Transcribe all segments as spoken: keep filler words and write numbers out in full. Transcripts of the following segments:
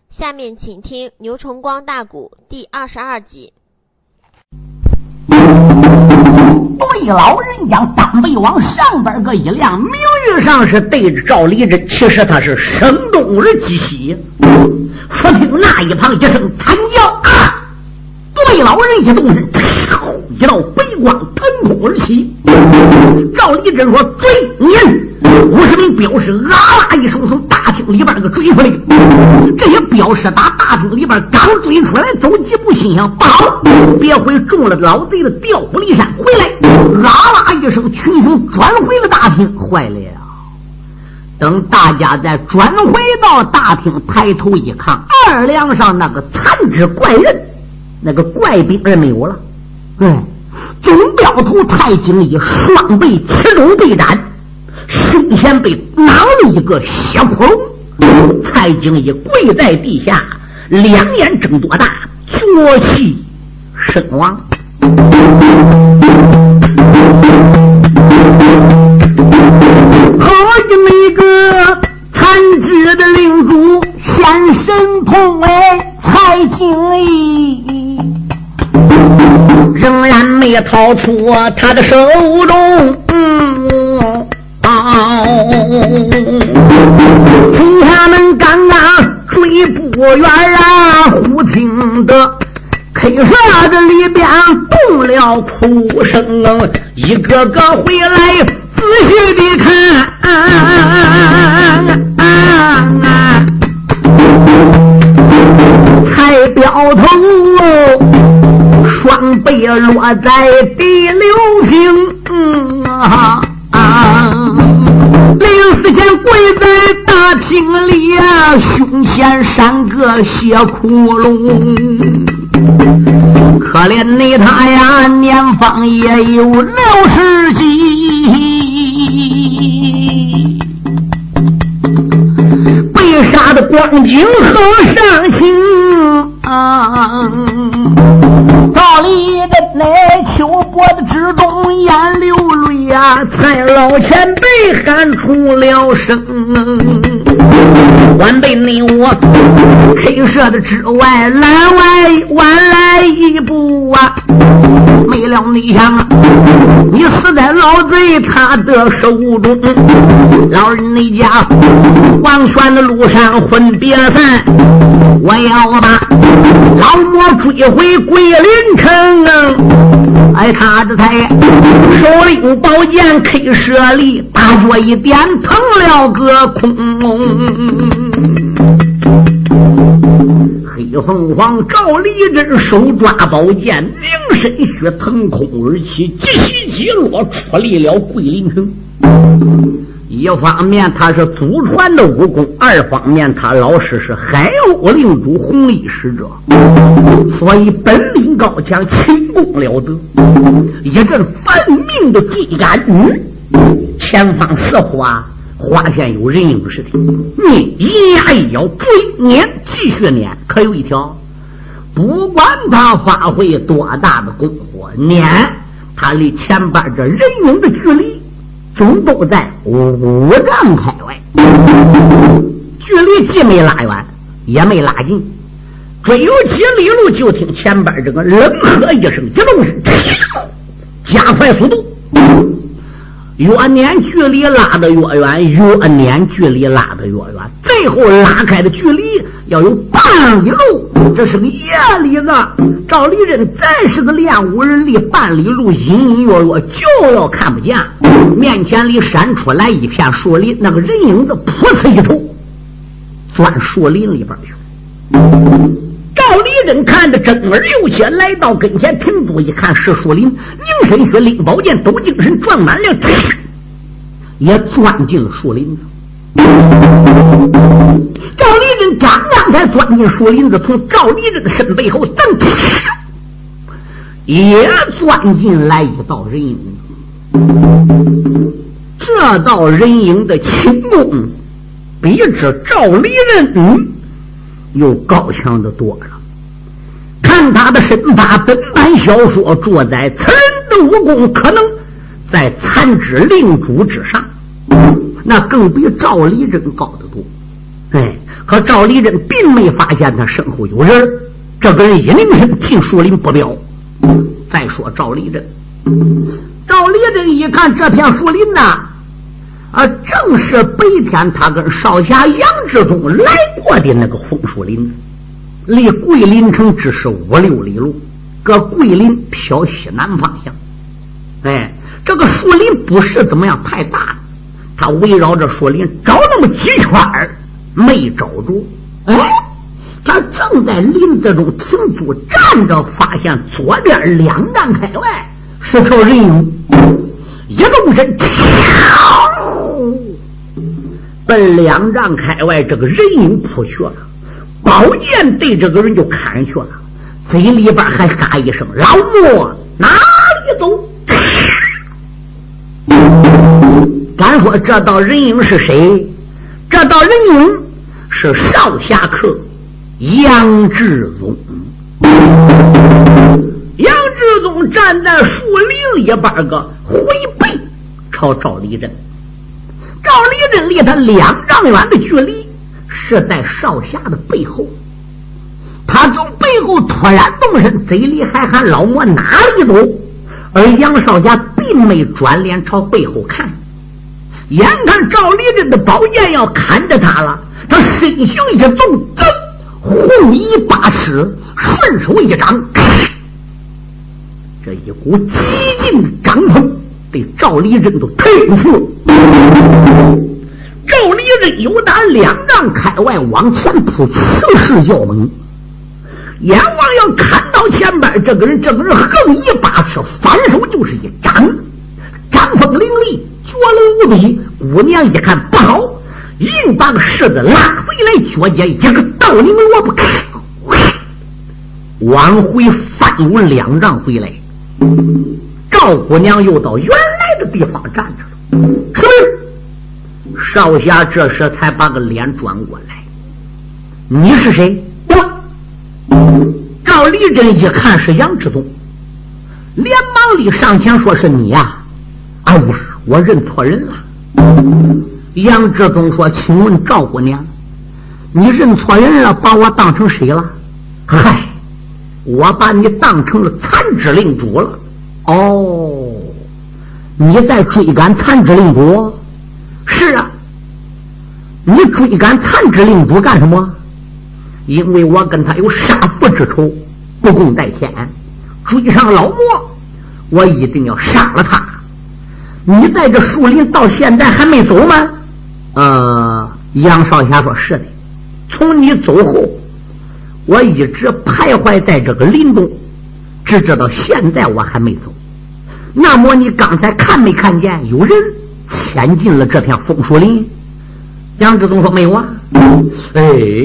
下面请听牛崇光大鼓第二十二集。 对老人家单背往上边个一亮，名誉上是对着赵立珍，其实他是生动而击喜。忽听那一旁一声惨叫啊！对老人一动身，一道白光腾空而起。赵立珍说：“追撵！”五十名镖师啊啦一声从大厅里边那个追出来，这些镖师打大厅里边刚追出来，走几步心想：不好，别会中了老贼的调虎离山，回来！啊啦一声，群雄转回了大厅，坏了。等大家再转回到大厅，抬头一看，二梁上那个残肢怪人，那个怪兵人没有了。嗯，总镖头太精一双臂其中被斩，胸前被囊了一个血窟窿，太精一跪在地下，两眼睁多大，绝气身亡。好的那个残肢的领主现身痛哎，太精义仍然没逃出他的手中。嗯啊，从他们刚刚追不远啊，忽听得K社的里边动了哭声，一个个回来仔细地看，啊啊啊、才标头双背落在地流平，嗯啊啊，临死前跪在大厅里啊，胸前三个血窟窿。可怜你他呀，年方也有六十几，被杀的光景好伤心啊！赵立珍那秋波的之中眼流泪啊，在老前辈喊出了声，晚辈你我黑社的之外栏外晚来一步啊，没了你想啊，你死在老贼他的手中，老人你家王旋的路上魂别散，我要把老魔追回桂林城啊！哎，他这才手领宝剑 K 舍利，大脚一点腾了个空。黑凤凰赵立珍手抓宝剑，灵身血腾空而起，急起急落，出离了桂林城。一方面他是祖传的武功，二方面他老师是海鸥领主红衣使者，所以本领高强，轻功了得。一阵奋命的追赶，嗯，前方似花花前有人影尸体，你一牙一咬追撵，继续撵。可有一条，不管他发挥多大的功夫，撵他离前边这人影的距离总都在五丈开外，距离既没拉远也没拉近，追有几里路，就听前边这个冷喝一声，一动身加快速度，越撵距离拉得越远，越撵距离拉得越远，最后拉开的距离要有半里路。这是个夜里子，赵立珍再是个练武人，离半里路隐隐约约就要看不见，面前里闪出来一片树林，那个人影子扑哧一头钻树林里边去。赵立珍看得睁耳又起，来到跟前停住一看是树林，凝神血拎宝剑抖精神转满了，也钻进了树林子。赵立珍刚刚才钻进树林子，从赵立珍的身背后噔也钻进来一道人影。这道人影的轻功比这赵立珍嗯又高强的多了。看他的身法，本版小说坐在此人的武功可能在残肢领主之上，那更比赵立珍高得多。哎， 可赵立珍并没发现他身后有人，这个人一拧身进树林不掉。再说赵立珍，赵立珍一看这片树林呐，啊，正是白天他跟少侠杨志忠来过的那个枫树林，离桂林城只是五六里路，搁桂林飘西南方向。哎，这个树林不是怎么样太大，他围绕着树林找那么几圈没找着。哎，他正在林子中停住站着，发现左边两丈开外是条人影，一动身奔两丈开外这个人影扑去了，宝剑对这个人就砍去了，嘴里边还嘎一声：“老莫哪里走？”敢说这道人影是谁？这道人影是少侠客杨志宗。杨志宗站在树林里边个回背朝赵立珍，赵立珍离他两丈远的距离，是在少侠的背后。他从背后突然动身，嘴里还喊：“老莫哪里走？”而杨少侠并没转脸朝背后看，眼看赵立珍的宝剑要砍着他了，他身形一纵，噌，红衣八尺，顺手一掌，这一股激劲的掌风被赵立珍都推死。赵立珍有打两丈开外往前扑，气势较猛，眼望要砍到前边，这个人这个人横一把尺，反手就是一掌，掌风凌厉，绝伦无比。姑娘一看不好，硬把个柿子拉回来，脚尖一个倒拧萝卜，往回翻有两丈回来。赵姑娘又到原来的地方站着了。是少侠这时才把个脸转过来：“你是谁？”赵立珍一看是杨志宗，连忙里上前说：“是你呀！”“哎呀，我认错人了。”杨志宗说：“请问赵姑娘，你认错人了，把我当成谁了？”“嗨，我把你当成了残肢令主了。”“哦，你在追赶残肢令主？”“是啊。”“你追赶残肢令主干什么？”“因为我跟他有杀父之仇，不共戴天，追上老魔，我一定要杀了他。你在这树林到现在还没走吗？”“呃，杨少侠说：“是的，从你走后，我一直徘徊在这个林中，直至到现在我还没走。那么你刚才看没看见有人潜进了这片枫树林？”杨志宗说：“没有啊。”“哎。”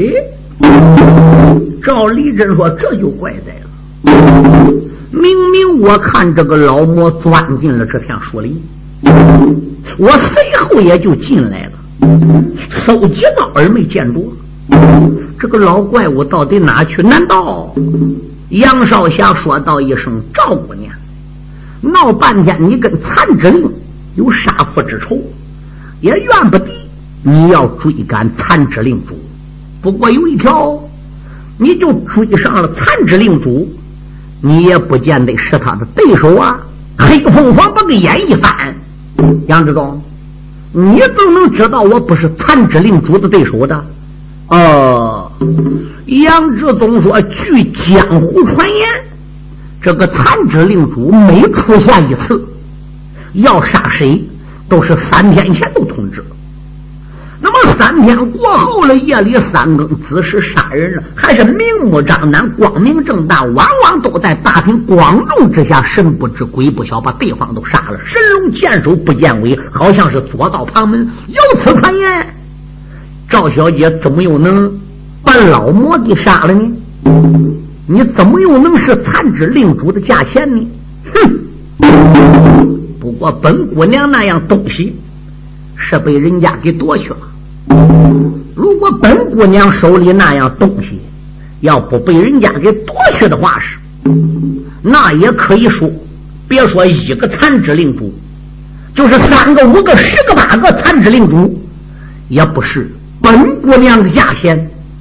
赵立珍说：“这就怪在了，明明我看这个老魔钻进了这片树林，我随后也就进来了，搜集到而没见着，这个老怪物到底哪去？难道……”杨少侠说道一声：“赵姑娘，闹半天你跟残肢令有杀父之仇，也怨不得你要追赶残肢令主，不过有一条，你就追上了残肢令主，你也不见得是他的对手啊。”黑凤凰把个眼一翻：“杨志忠，你怎么能知道我不是残肢令主的对手的？”“哦。”杨志忠说：“据江湖传言，这个残肢令主每出现一次，要杀谁都是三天前就通知了。那么三天过后了，夜里三更子时杀人了，还是明目张胆、光明正大，往往都在大庭广众之下，神不知鬼不晓，把对方都杀了，神龙见首不见尾，好像是左到旁门。由此传言，赵小姐怎么又能把老魔给杀了呢？你怎么又能是残肢令主的价钱呢？哼！不过本姑娘那样东西是被人家给夺去了。如果本姑娘手里那样东西要不被人家给夺去的话是，那也可以说，别说一个残肢令主，就是三个、五个、十个、八个残肢令主，也不是本姑娘的价钱。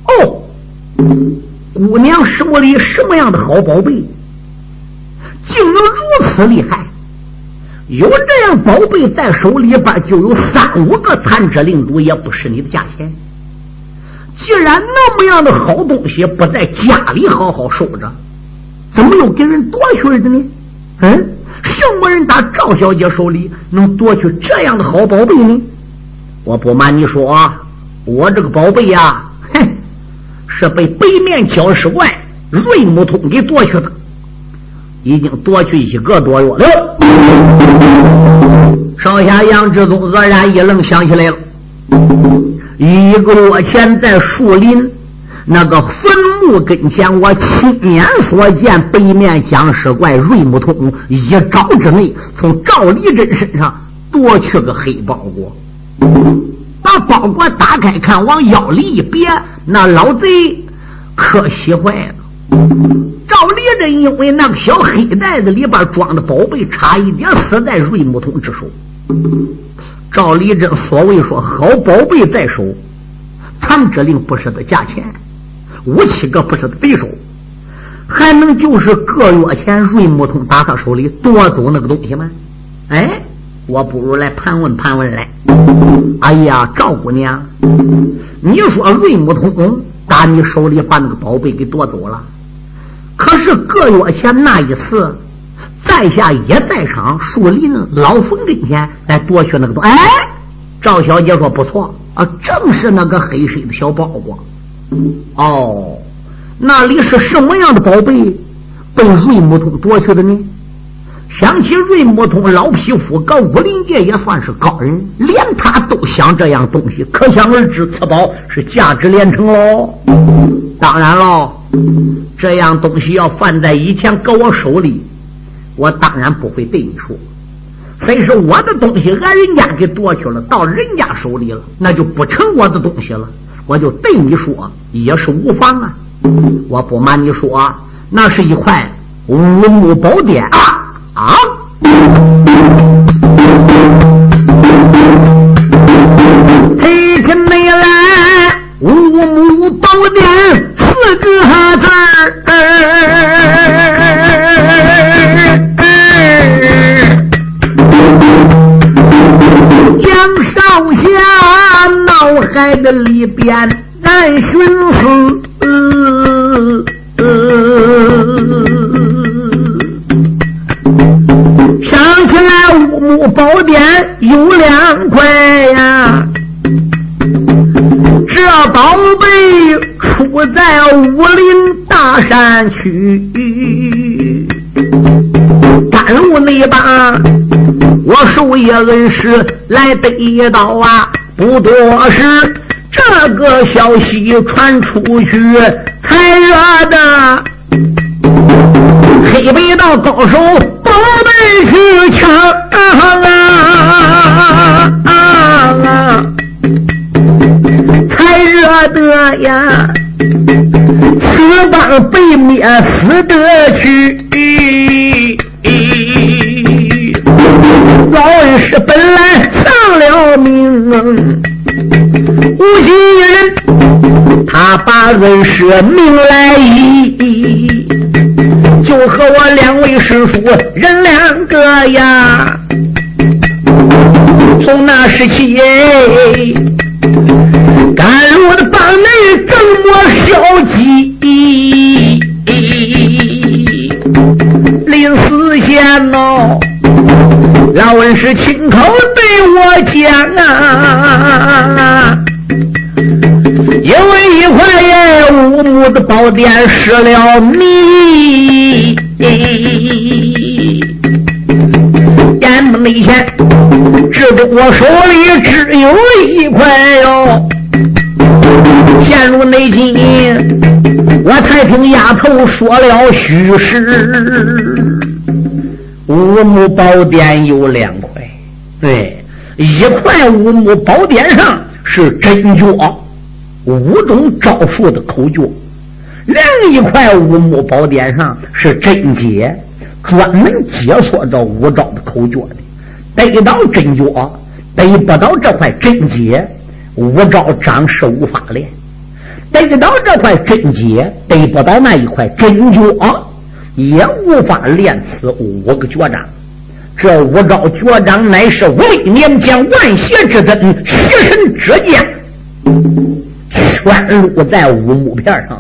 哦，姑娘手里什么样的好宝贝，竟能如此厉害？有这样宝贝在手里边，就有三五个残肢领主也不是你的价钱。既然那么样的好东西不在家里好好收着，怎么又给人夺去了的呢？嗯，什么人打赵小姐手里能夺去这样的好宝贝呢？我不瞒你说啊，我这个宝贝呀、啊，哼，是被北面搅屎怪瑞木通给夺去的，已经夺去一个多月了。少侠杨志宗愕然一愣，想起来了，一个月前在树林那个坟墓跟前，我亲眼所见北面僵尸怪瑞木通一招之内从赵立珍身上夺去个黑包裹，把包裹打开看，往腰里一别，那老贼可惜坏了。赵立珍因为那个小黑袋子里边装的宝贝差一点死在瑞木通之手。赵立珍所谓说好宝贝在手，残肢令不是的价钱，五七个不是的对手，还能就是个月前瑞木通打他手里夺走那个东西吗？哎，我不如来盘问盘问来。哎呀，赵姑娘，你说瑞木通打你手里把那个宝贝给夺走了，可是个月前那一次在下也在场树林老冯跟前来夺取那个东西。哎，赵小姐说不错啊，正是那个黑色的小包裹。哦，那里是什么样的宝贝被瑞木通夺去的呢？想起瑞木通老匹夫，搁武林界也算是高人，连他都想这样东西，可想而知此宝是价值连城喽。当然喽，这样东西要放在以前搁我手里，我当然不会对你说，虽是我的东西俺人家给夺去了，到人家手里了，那就不成我的东西了，我就对你说也是无妨啊。我不瞒你说，那是一块五木宝典啊啊！提起没来五木宝典四个字儿，杨少侠脑海的里边难寻思，呃呃想起来五木宝典有两块呀，这宝贝出在武林大山区，甘露那把我授业恩师来得到啊，不多时这个消息传出去，才惹的黑北道高手宝贝去抢啊啊啊，才惹得呀此帮被灭死得去。老恩师本来丧了命，无心人他把恩师命来移，就和我两位师叔人两个呀，从那时起甘露的帮内正我小鸡，临死前哦，老恩师亲口对我讲啊，因为一块耶五木的宝典失了迷，眼不内前只不我手里只有一块哟，陷入内心我才听丫头说了虚实，五木宝典有两块，对，一块五木宝典上是真诀，五种招数的口诀，另一块五木宝典上是真解，专门解说着五招的口诀的。得到真诀，得不到这块真解，五招张氏无法练。 得到这块真解，得不到那一块真诀，也无法练此五个绝掌。这五招绝掌乃是未年将万邪之尊邪神之剑，全录在五木片上。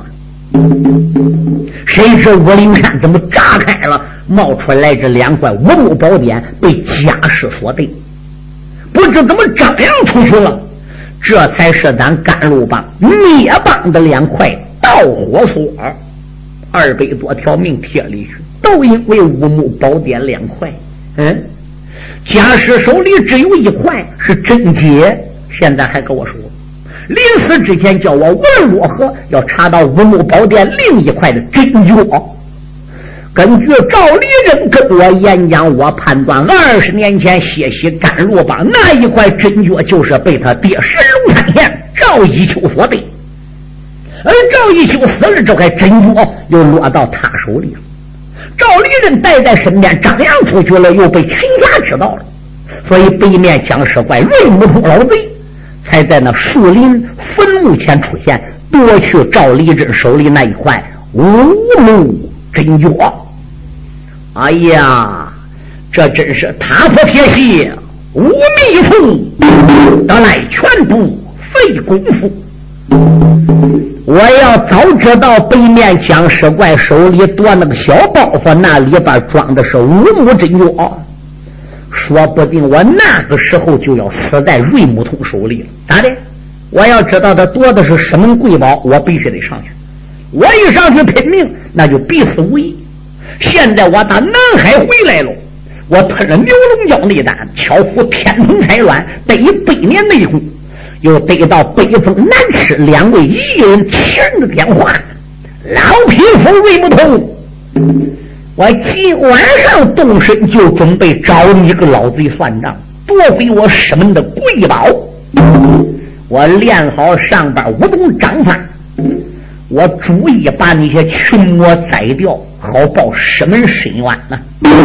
谁知武陵山怎么炸开了，冒出来这两块五木宝典，被家师所对，不知怎么张扬出去了。这才是咱甘露帮灭帮的两块盗火索，二百多条命贴里去，都因为五木宝典两块。嗯，家师手里只有一块是真解，现在还跟我说临死之前叫我无论如何要查到五木宝典另一块的真诀。根据赵立人跟我演讲，我判断二十年前血洗甘露帮那一块真诀就是被他爹神龙三贤赵一秋所背，而赵一秋死了，这块真诀又落到他手里了。赵立人带在身边张扬出去了，又被群侠知道了，所以北面僵尸怪瑞木通老贼才在那树林坟墓前出现，夺去赵立真手里那一块五木真诀。哎呀，这真是踏破铁鞋无觅处，得来全不费功夫。我要早知道北面僵尸怪手里夺那个小包袱，那里边装的是五木真诀，说不定我那个时候就要死在瑞木通手里了。咋的？我要知道他夺的是什么贵宝，我必须得上去。我一上去拼命，那就必死无疑。现在我打南海回来了，我吞了牛龙角内丹，巧虎天蓬彩卵，得百年内功，又得到北风南池两位艺人前的电话，老匹夫瑞木通，我今晚上动身就准备找你个老贼算账，夺回我师门的贵宝。我练好上边武功掌法，我主意把那些群魔宰掉，好报师门深冤呢。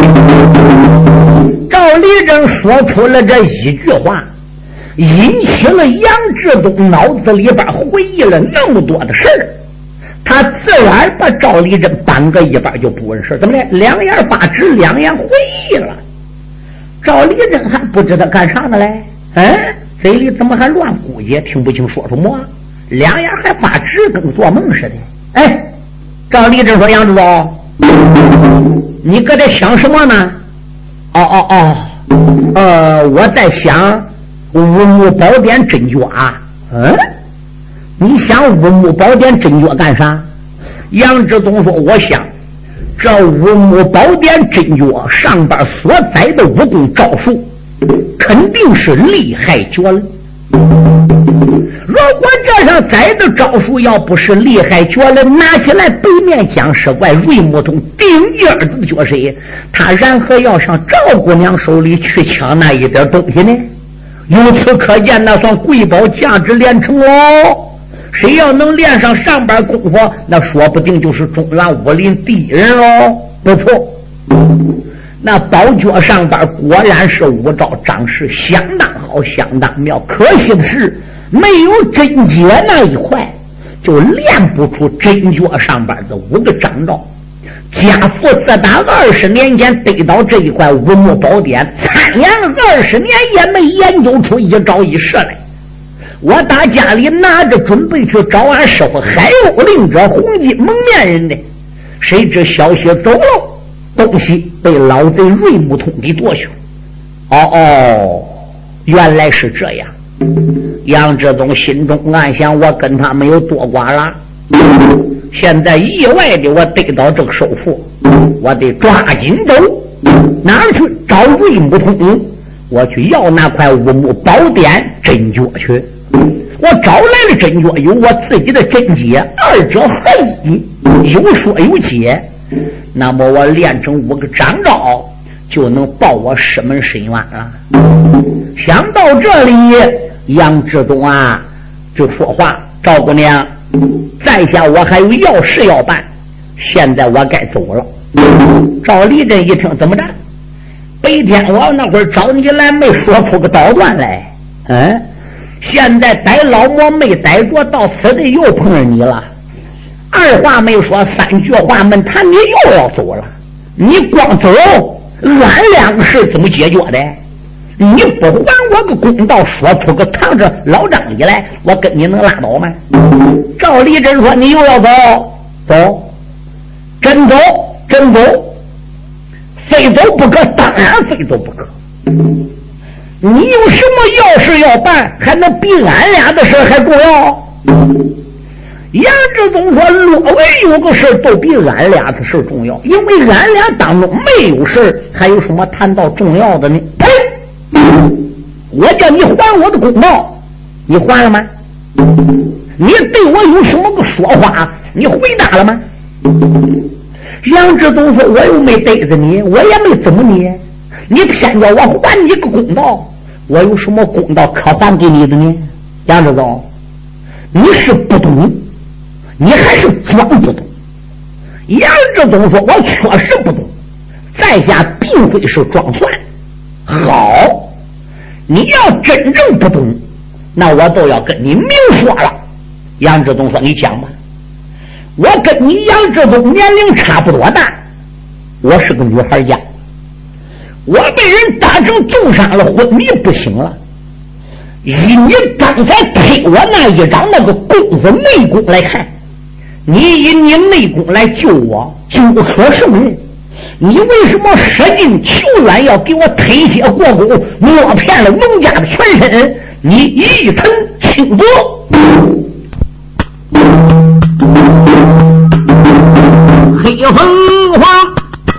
赵立正说出了这一句话，引起了杨志东脑子里边回忆了那么多的事儿，他自然把赵立正搬个一边就不问事。怎么的？两眼发直，两眼回忆了。赵立正还不知道干啥呢嘞？嗯，嘴里怎么还乱估计？听不清说什么，两眼还发直，跟做梦似的。哎，赵立正说：“杨志东，你搁这想什么呢？”哦哦哦，呃，我在想五木宝典真诀啊。嗯，你想五木宝典真诀干啥？杨志东说：“我想这五木宝典真诀上边所载的武功招数，肯定是厉害绝伦。如果这上载的招数要不是厉害绝伦，拿起来北面僵尸怪瑞木通顶一耳子的脚谁，他然何要上赵姑娘手里去抢那一点东西呢？由此可见，那算贵宝价值连城喽。谁要能练上上边功夫，那说不定就是中原武林第一人喽。不错，那宝诀上边果然是五招掌式，相当好，相当妙。可惜的是没有真诀那一块，就练不出真诀上边的五个掌招。家父自打二十年前得到这一块五木宝典，参研了二十年也没研究出一招一式来。我打家里拿着准备去找俺师傅海鸥令者红金蒙面人的，谁知消息走了，东西被老贼瑞木通给夺去。哦哦，原来是这样。杨志东心中暗想，我跟他没有多寡了，现在意外的我得到这个首付，我得抓紧走。哪儿去找瑞木通？我去要那块五木宝典真诀去。我找来了真诀，有我自己的真解，二者合一，有说有解。那么我练成五个掌招，就能报我师门深冤了。想到这里，杨志东啊就说话：“赵姑娘，在下我还有要事要办，现在我该走了。”赵立珍一听，怎么着？白天我那会儿找你来，没说出个刀断来，嗯？ 现在逮老魔没逮着，到此地又碰上你了。二话没说，三句话没谈，你又要走了。你光走，俺两个事怎么解决的？你不还我个公道，说出个堂着老张你来，我跟你能拉倒吗？赵立珍说：“你又要走，走，真走，真走，非走不可，当然非走不可。你有什么要事要办，还能比俺俩的事还重要？”杨志忠说：“若为有个事都比俺俩的事重要，因为俺俩当中没有事，还有什么谈到重要的呢？呸！我叫你还我的公道，你还了吗？你对我有什么个说话，你回答了吗？”杨志忠说：“我又没逮着你，我也没怎么你，你偏叫我还你个公道，我有什么公道可还给你的呢？”杨志忠，你是不懂，你还是装不懂。杨志忠说：“我确实不懂，在下并非是装蒜。好，你要真正不懂，那我都要跟你明说了。”杨志忠说：“你讲吧。我跟你杨志忠年龄差不多大，我是个女孩家，我被人打成重伤了，昏迷不醒了。以你刚才推我那一掌那个功夫内功来看，你以你内功来救我，救出圣人，你为什么舍近求远，要给我推卸过功，摸骗了农家的全身？你一层轻薄。”黑凤凰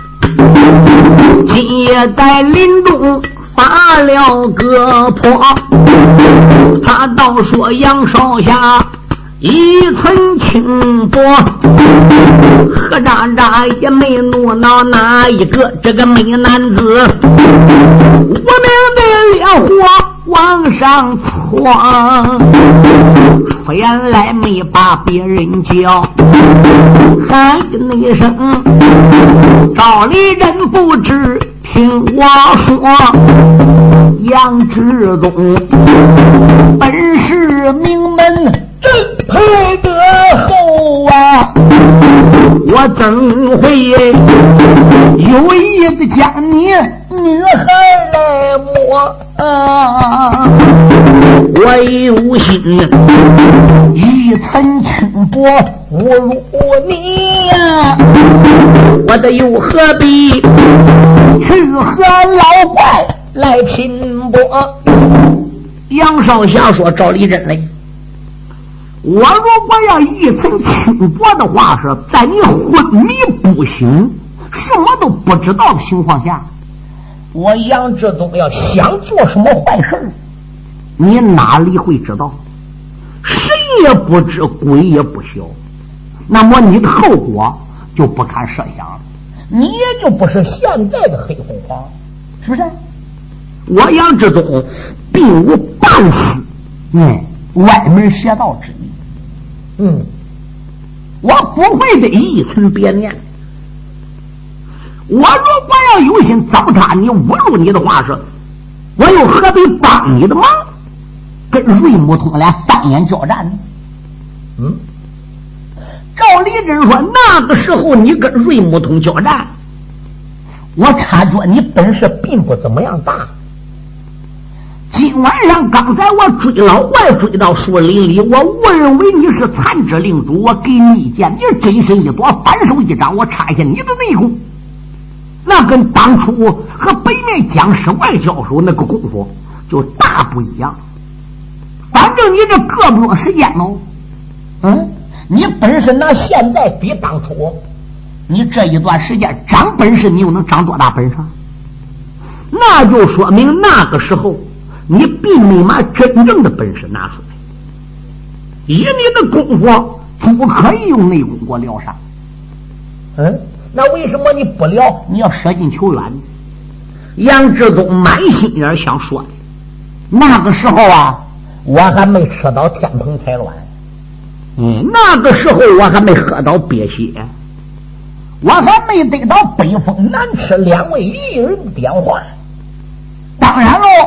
今夜在林中发了个破，他倒说杨少侠一寸轻薄，何渣渣也没怒恼哪一个这个美男子，我们的烈火往上闯，出言来没把别人叫，喊一声赵立人不知听我说，杨志忠本是名门真配得后啊，我怎会有意的将你女孩来摸啊？我有心一层轻薄侮辱你呀、啊，我的又何必去和老怪来拼搏？杨少侠说：“赵立珍嘞，我如果要一层轻薄的话，是在你昏迷不醒什么都不知道的情况下，我杨志忠要想做什么坏事，你哪里会知道？谁也不知，鬼也不晓。那么你的后果就不堪设想了，你也就不是现在的黑凤凰，是不是？我杨志忠并无半丝嗯歪门邪道之意，嗯，我不会得一层别念。我如果要有心糟蹋你、侮辱你的话，是我又何必帮你的忙，跟瑞木通俩翻眼交战呢？嗯，赵立珍说：“那个时候你跟瑞木通交战，我察觉你本事并不怎么样大。今晚上刚才我追老怪追到树林里，我误认为你是残肢领主，我给你一剑，你真身一躲，反手一掌，我插下你的内功。那跟当初和北面蒋师外交手那个功夫就大不一样。反正你这个不多时间哦，嗯，你本事拿现在比当初，你这一段时间长本事，你又能长多大本事？那就说明那个时候你并没把真正的本事拿出来，以你的功夫不可以用内功给我疗伤。嗯，那为什么你不疗？你要舍近求远？杨志忠满心眼想说的，那个时候啊，我还没吃到天蓬彩卵，嗯，那个时候我还没喝到鳖血，我还没得到北风难吃两位艺人的电话。当然喽，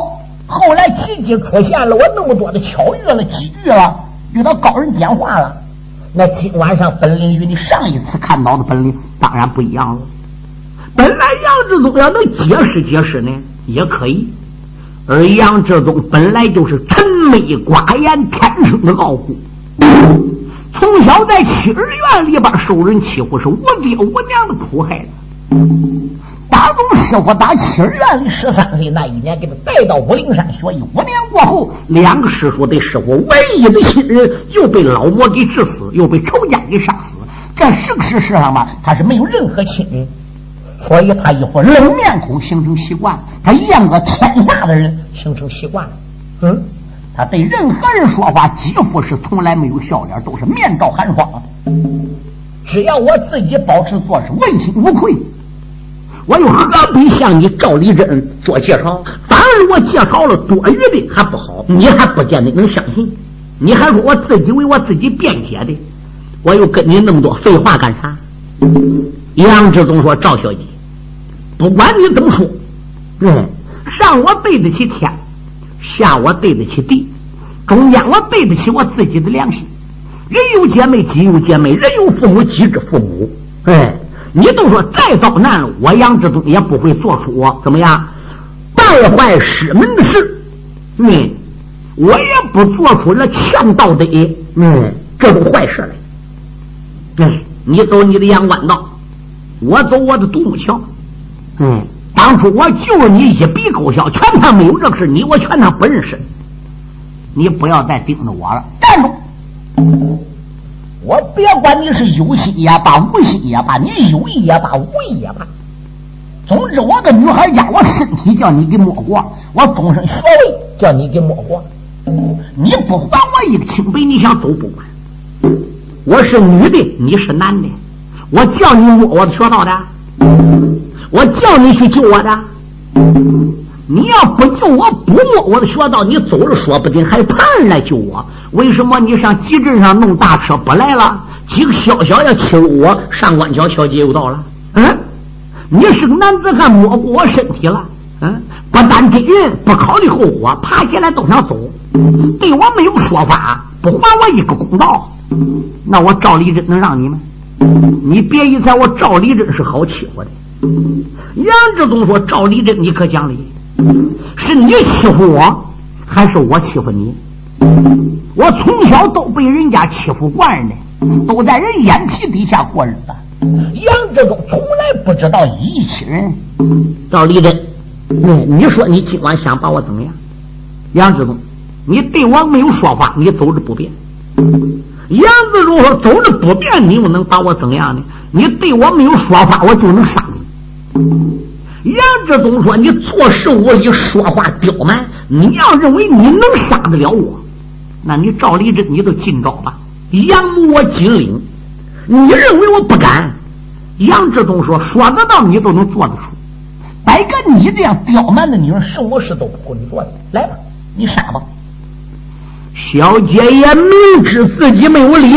后来奇迹出现了，我那么多的巧遇了机遇了，遇到高人点化了，那今晚上本领与你上一次看到的本领当然不一样了。本来杨志忠要能解释解释呢也可以，而杨志忠本来就是沉眉寡言天生的傲骨，从小在妻儿院里边受人欺负，是无爹无娘的苦害的。打从师傅打妻儿院里十三岁那一年给他带到武陵山学艺，五年过后，两个师叔对师傅唯一的信任又被老魔给致死，又被仇家给杀死。这十个事实上吧，他是没有任何亲人，所以他一副冷面孔形成习惯，他厌恶天下的人形成习惯。嗯，他对任何人说话几乎是从来没有笑脸，都是面罩寒霜。只要我自己保持做事问心无愧，我又何必向你赵立珍做介绍？反而我介绍了多余的还不好，你还不见得能相信，你还说我自己为我自己辩解的，我又跟你那么多废话干啥？杨志忠说：“赵小姐，不管你怎么说，嗯，上我对得起天，下我对得起地，中间我对得起我自己的良心。人有姐妹，己有姐妹；人有父母，己之父母。哎，你都说再遭难，我杨志忠也不会做出我怎么样败坏师门的事。嗯，我也不做出了欠道的嗯这种坏事来。嗯，你走你的阳关道，我走我的独木桥。嗯，当初我救你一笔勾销，全堂没有这个事，你我全堂不认识。你不要再盯着我了，站住！我别管你是有心也罢，无心也罢，你有意也罢，无意也罢，总之我个女孩家，我身体叫你给摸过，我终身学位叫你给摸过。你不还我一个清白，你想走不管。我是女的，你是男的，我叫你摸我的学道的，我叫你去救我的。你要不救我，不摸我的学道，你走了说不定还派人来救我。为什么你上集镇上弄大车不来了？几个小小要欺负我，上官桥桥街又到了。嗯，你是个男子汉，摸过我身体了。嗯，不但这人不考虑后果，爬起来都想走，对我没有说法，不还我一个公道，那我赵立珍能让你们？你别以为我赵立珍是好欺负的。杨志忠说：“赵立珍，你可讲理，是你欺负我，还是我欺负你？我从小都被人家欺负惯了，都在人眼皮底下过日子。杨志忠从来不知道义气人。赵立珍，嗯，你说你今晚想把我怎么样？杨志忠，你对我没有说法，你走着不便。杨志忠说：走着不便，你又能把我怎样呢？你对我没有说法，我就能杀你。杨志忠说：你做事无理，说话刁蛮，你要认为你能杀得了我，那你赵立珍你都进招吧，杨母我金领，你认为我不敢？杨志忠说：说得到你都能做得出，摆个你这样刁蛮的女人，什么事都不够你做的，来吧，你杀吧。小姐也明知自己没有理，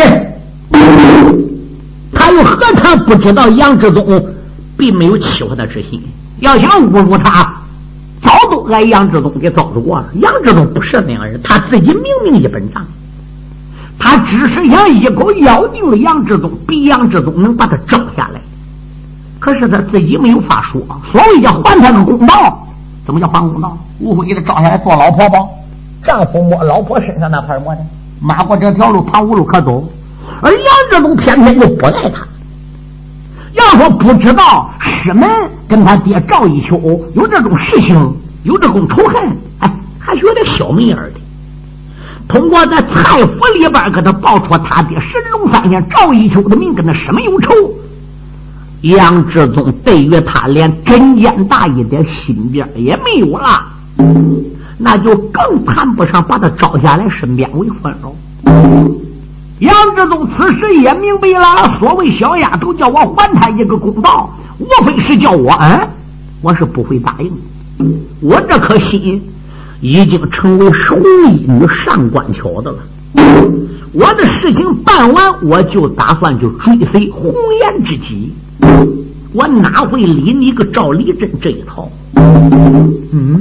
他又何尝不知道杨志忠并没有欺负他之心？要想侮辱他，早都挨杨志忠给遭受过了。杨志忠不是那样人，他自己明明一本账，他只是想一口咬定了杨志忠，逼杨志忠能把他招下来。可是他自己没有法说，所谓叫还他个公道。怎么叫还公道？无非给他招下来做老婆吧，丈夫摸老婆身上那块摸的，马过这条路旁无路可走。而杨志忠偏偏又不爱他。要说不知道师门跟他爹赵一秋有这种事情，有这种仇恨，哎，还是有点小名儿的。通过在蔡府里边给他报出他爹神龙三县赵一秋的名，跟他师门有仇。杨志忠对于他连针尖大一点心边也没有了，那就更谈不上把他招下来身边为婚了。杨志忠此时也明白了，所谓小丫头叫我还他一个公道，无非是叫我嗯，我是不会答应的。我这颗心已经成为红衣女上官桥的了。我的事情办完，我就打算就追随红颜知己，我哪会理你个赵立珍这一套？嗯，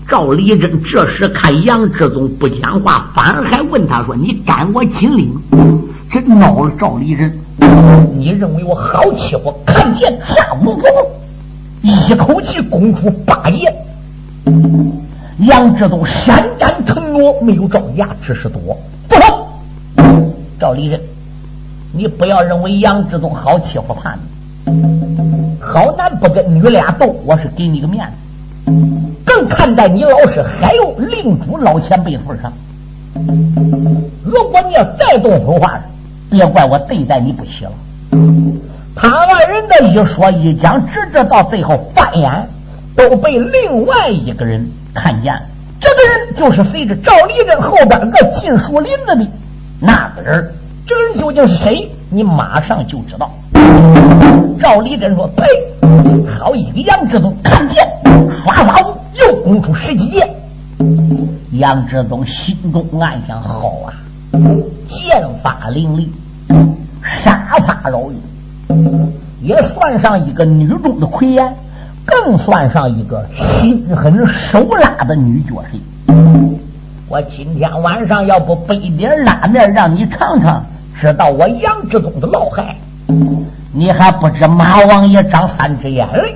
赵立珍这时看杨志宗不讲话，反而还问他说：“你赶我金陵？”这恼了赵立珍，你认为我好欺负？看见下无风，一口气攻出八爷。杨志宗闪展腾挪，没有招架，只是躲。住手！赵立珍，你不要认为杨志宗好欺负怕你，好男不跟女俩斗，我是给你个面子，更看待你老师还有令主老前辈份上。如果你要再动手话，别怪我对待你不起了。他二人的一说一讲，直至到最后翻眼，都被另外一个人看见了。这个人就是随着赵立珍后边个进树林子的那个人。这个人究竟是谁？你马上就知道。赵立珍说：“呸！好一个杨志宗，看见刷刷舞又攻出十几箭。”杨志宗心中暗想：好啊，剑法凌厉，杀伐饶勇，也算上一个女中的魁颜，更算上一个心狠手辣的女角色。我今天晚上要不备点拉面让你尝尝，知道我杨志宗的老害，你还不知马王爷长三只眼泪。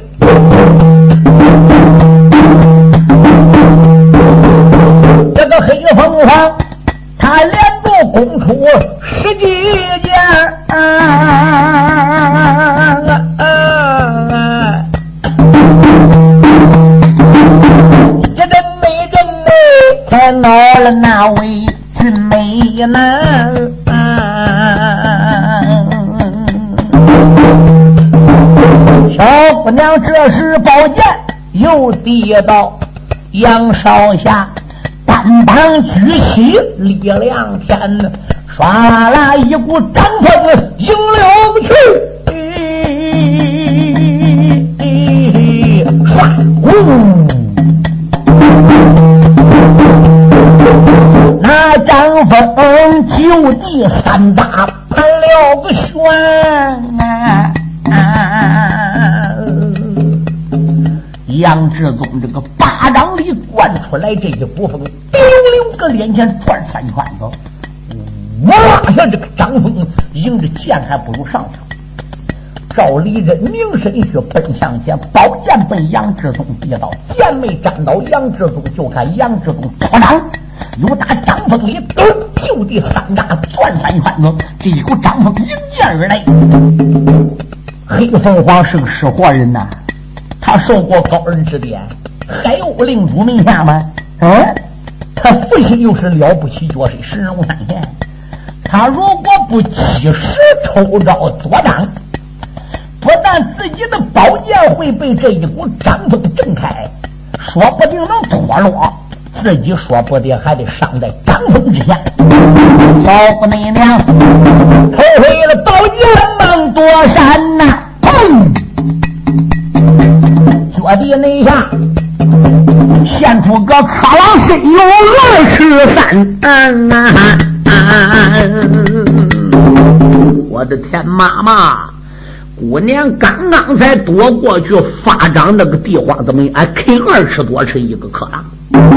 这个黑凤凰他连着攻出十几件，啊啊啊、一阵没阵没才恼了那位俊美男。小姑娘这时宝剑又递到杨少侠，单膀举起力量天，唰啦一股张风迎流去，唰呜，那张风就地三打盘了个旋啊！杨志宗这个巴掌里灌出来这一股风，溜溜个脸前转三圈子，我拉下这个张风，迎着剑还不如上场。赵立珍拧身去奔向前，宝剑奔杨志宗跌倒，剑没沾到杨志宗，就看杨志宗出掌，有打张风里咚就地三打转三圈子，这一股张风迎剑而来。黑凤凰是个识货人呐、啊，他受过高人指点，还有令主名下吗？嗯，他父亲又是了不起角色，神龙三贤。他如果不及时抽招躲挡，不但自己的宝剑会被这一股张风震开，说不定能脱落，自己说不定还得伤在张风之下。小姑娘抽回了宝剑忙躲闪呐、啊，砰！脚地那下现出个卡郎身有二尺三、嗯啊啊、我的天妈妈，姑娘刚刚才躲过去发长那个地花怎么还 K 二尺多尺一个克郎，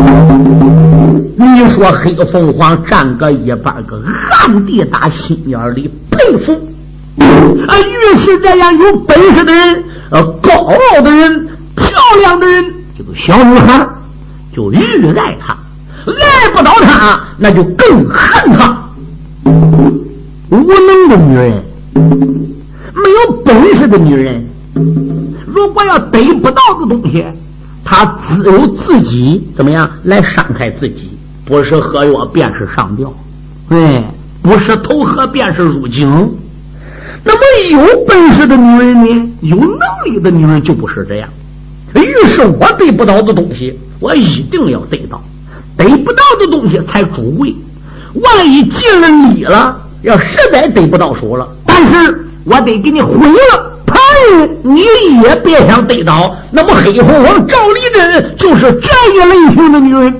你说黑凤凰站个一半个暗地打心眼里佩服啊！越是这样有本事的人，呃，高傲的人，漂亮的人，这个小女孩就愈爱她，爱不到她那就更恨她。无能的女人，没有本事的女人，如果要得不到的东西，她只有自己怎么样来伤害自己，不是喝药便是上吊，哎，不是投河便是入井。那么有本事的女人呢，有能力的女人就不是这样。于是我得不到的东西我一定要得到，得不到的东西才主贵。万一尽了力了，要实在得不到手了，但是我得给你毁了，呸，你也别想得到。那么黑凤凰赵立珍就是这一类型的女人。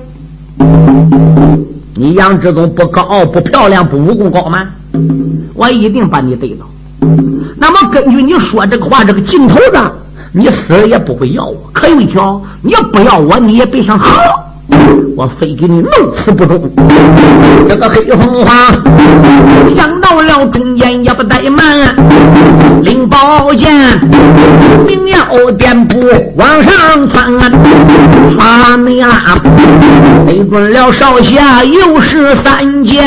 你杨志宗不高傲不漂亮不武功高吗？我一定把你得到。那么根据你说这个话，这个劲头子你死也不会要我，可有一条，你不要我你也别想好， 我非给你弄死不中。这个黑凤凰想到了中间也不怠慢，领宝剑明要颠步往上窜，唰你啦，没准了少侠又是三剑。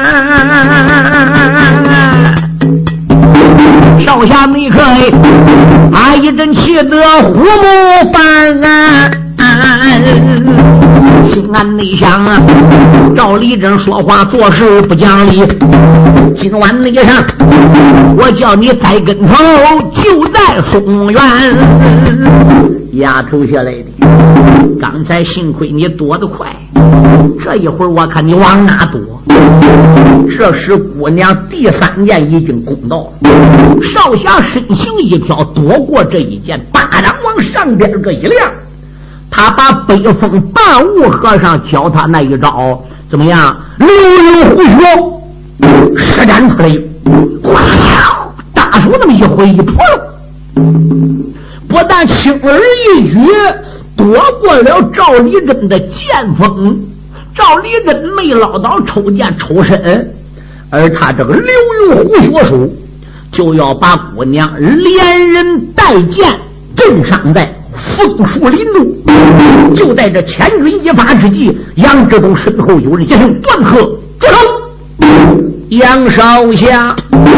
少侠你可以啊一阵气得虎目翻啊！心安内想啊，照李真说话做事不讲理，今晚内上我叫你栽跟头就在松原。丫头下来的，刚才幸亏你躲得快，这一会儿我看你往哪躲。这时姑娘第三剑已经攻到，少侠身形一飘，躲过这一剑，巴掌往上边个一亮，他把北风半雾和尚教他那一招怎么样？溜溜虎穴施展出来，哇，大手那么一挥一扑，不但轻而易举躲过了赵立珍的剑锋，赵立珍没捞到抽剑抽身，而他这个溜溜虎穴术就要把姑娘连人带剑震伤在枫树林中。就在这千钧一发之际，杨志东身后有人接应断喝住手！杨少侠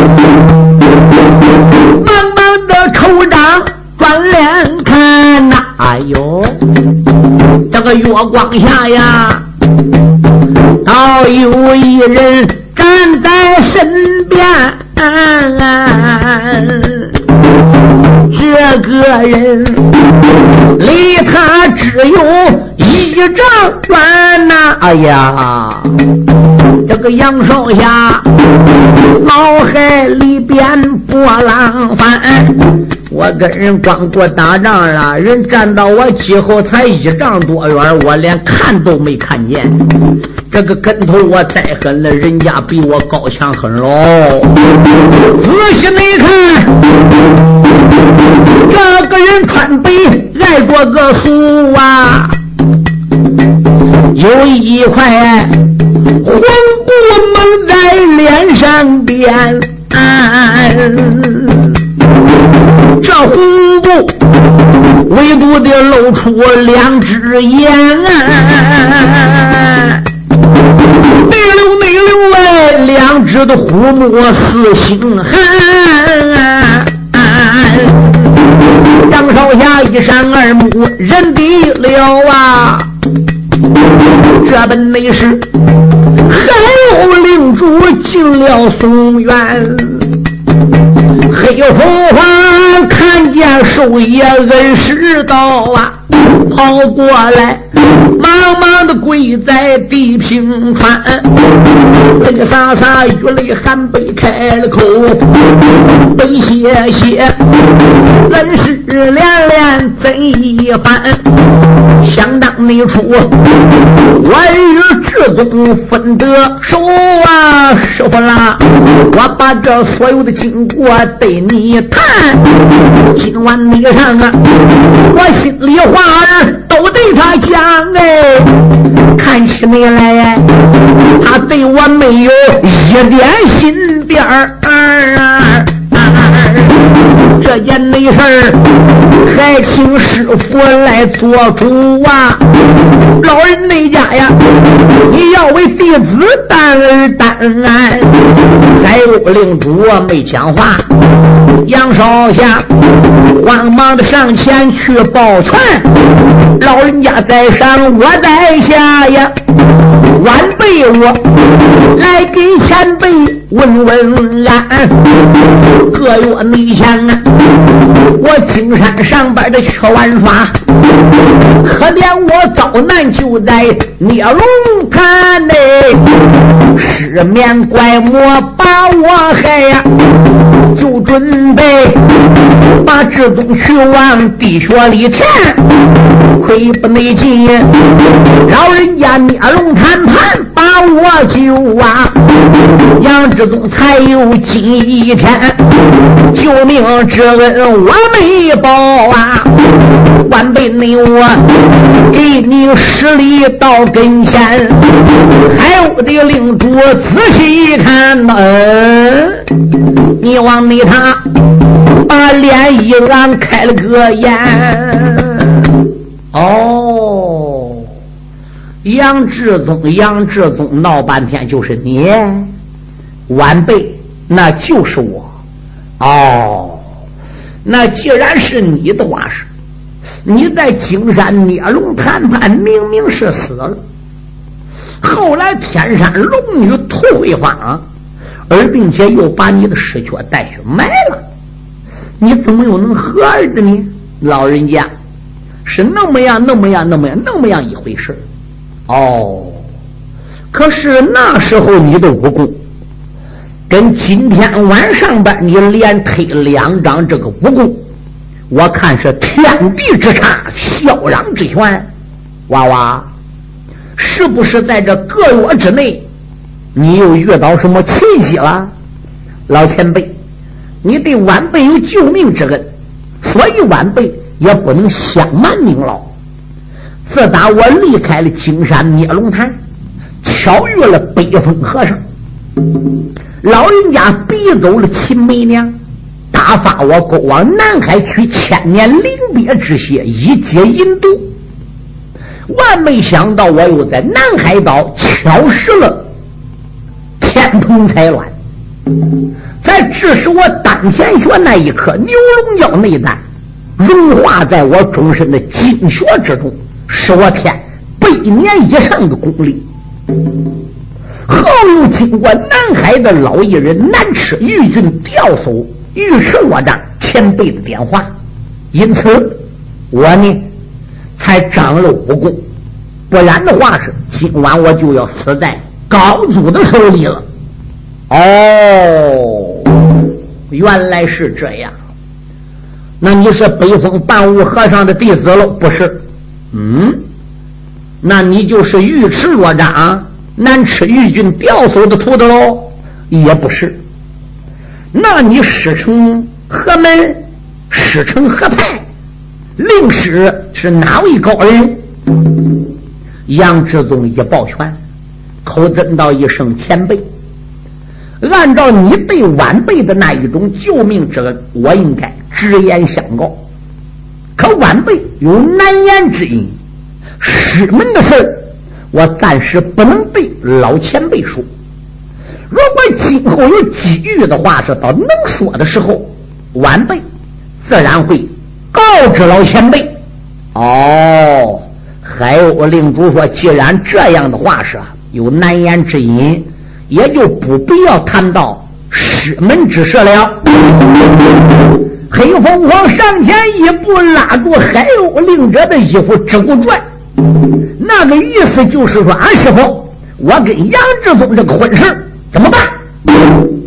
慢慢的抽掌转脸看呐、啊，哎呦，这个月光下呀，倒有一人站在身边，这个人离他只有一丈远呐！哎呀，这个杨少侠脑海里边波浪翻，我跟人光过打仗了，人站到我几后才一丈多远，我连看都没看见。这个跟头我栽狠了，人家比我高强很喽。仔细没看，这个人穿背挨过个书啊，有一块红布蒙在脸上边，啊、这红布唯独的露出两只眼啊，内溜内溜哎，两只的虎目似星寒啊！张少侠一闪二目，人敌了啊！这本没事，还有领主进了松原。黑凤凰看见寿爷恩师到啊，跑过来忙忙的跪在地平川，这个洒洒雨泪含悲开了口，悲谢谢恩师连连怎一番，想当你初我与至宗分得手啊，师傅啦，我把这所有的经过对你谈，今晚你上啊，我心里话儿都对他讲哎，看起你来他对我没有一点心边儿、啊这件没事儿，还请师傅来做主啊！老人那家呀，你要为弟子担而担安。还有令主没讲话，杨少侠慌忙的上前去抱拳，老人家在上，我在下呀，晚辈我来给前辈问问安。各月内前啊，我金山上边的去玩耍，可怜我遭难就在聂龙潭内，失眠怪魔把我害呀，就准备把志宗去往地穴里填，亏不内进，老人家聂龙潭畔把我救啊，杨志宗才有今一天，救命之恩我没报啊！ 晚辈你我给你施礼到跟前，还有的领主仔细一看，嗯，你往你他把脸一让开了个眼。哦，杨志宗杨志宗闹半天就是你晚辈，那就是我。哦，那既然是你的话是你在金山孽龙谈判明明是死了，后来天山龙女屠慧芳，而并且又把你的尸壳带去埋了，你怎么又能合儿的呢？老人家是那么样那么样那么样那么样一回事。哦，可是那时候你的武功跟今天晚上吧你连推两掌这个武功，我看是天地之差，霄壤之悬。娃娃，是不是在这个月之内你又遇到什么奇迹了？老前辈，你对晚辈有救命之恩，所以晚辈也不能相瞒您老。自打我离开了金山孽龙潭，巧遇了北风和尚，老人家逼走了秦媚娘，打发我过往南海取千年临别之血，以解阴毒。万没想到我又在南海岛巧识了天蓬彩卵，在致使我丹田穴那一颗牛龙药内丹融化在我终身的精血之中，使我添百年以上的功力。后又经过南海的老艺人南池玉俊吊叟尉迟罗章前辈的点化，因此我呢才长了武功，不然的话是今晚我就要死在高祖的手里了。哦，原来是这样，那你是北风半悟和尚的弟子了？不是。嗯，那你就是尉迟罗章南池玉俊吊叟的徒弟喽？也不是。那你师承何门？师承何派？令师是哪位高人？杨志宗一抱拳，口尊道一声前辈。按照你对晚辈的那一种救命之恩，我应该直言相告。可晚辈有难言之隐，师门的事我暂时不能对老前辈说。如果今后有机遇的话，是到能说的时候，晚辈自然会告知老前辈。哦，还有我令主说，既然这样的话是有难言之隐，也就不必要谈到师门之事了。黑凤凰上前一步拉住海鸥令者的衣服支骨拽，那个意思就是说，俺师傅，我跟杨志宗这个婚事怎么办？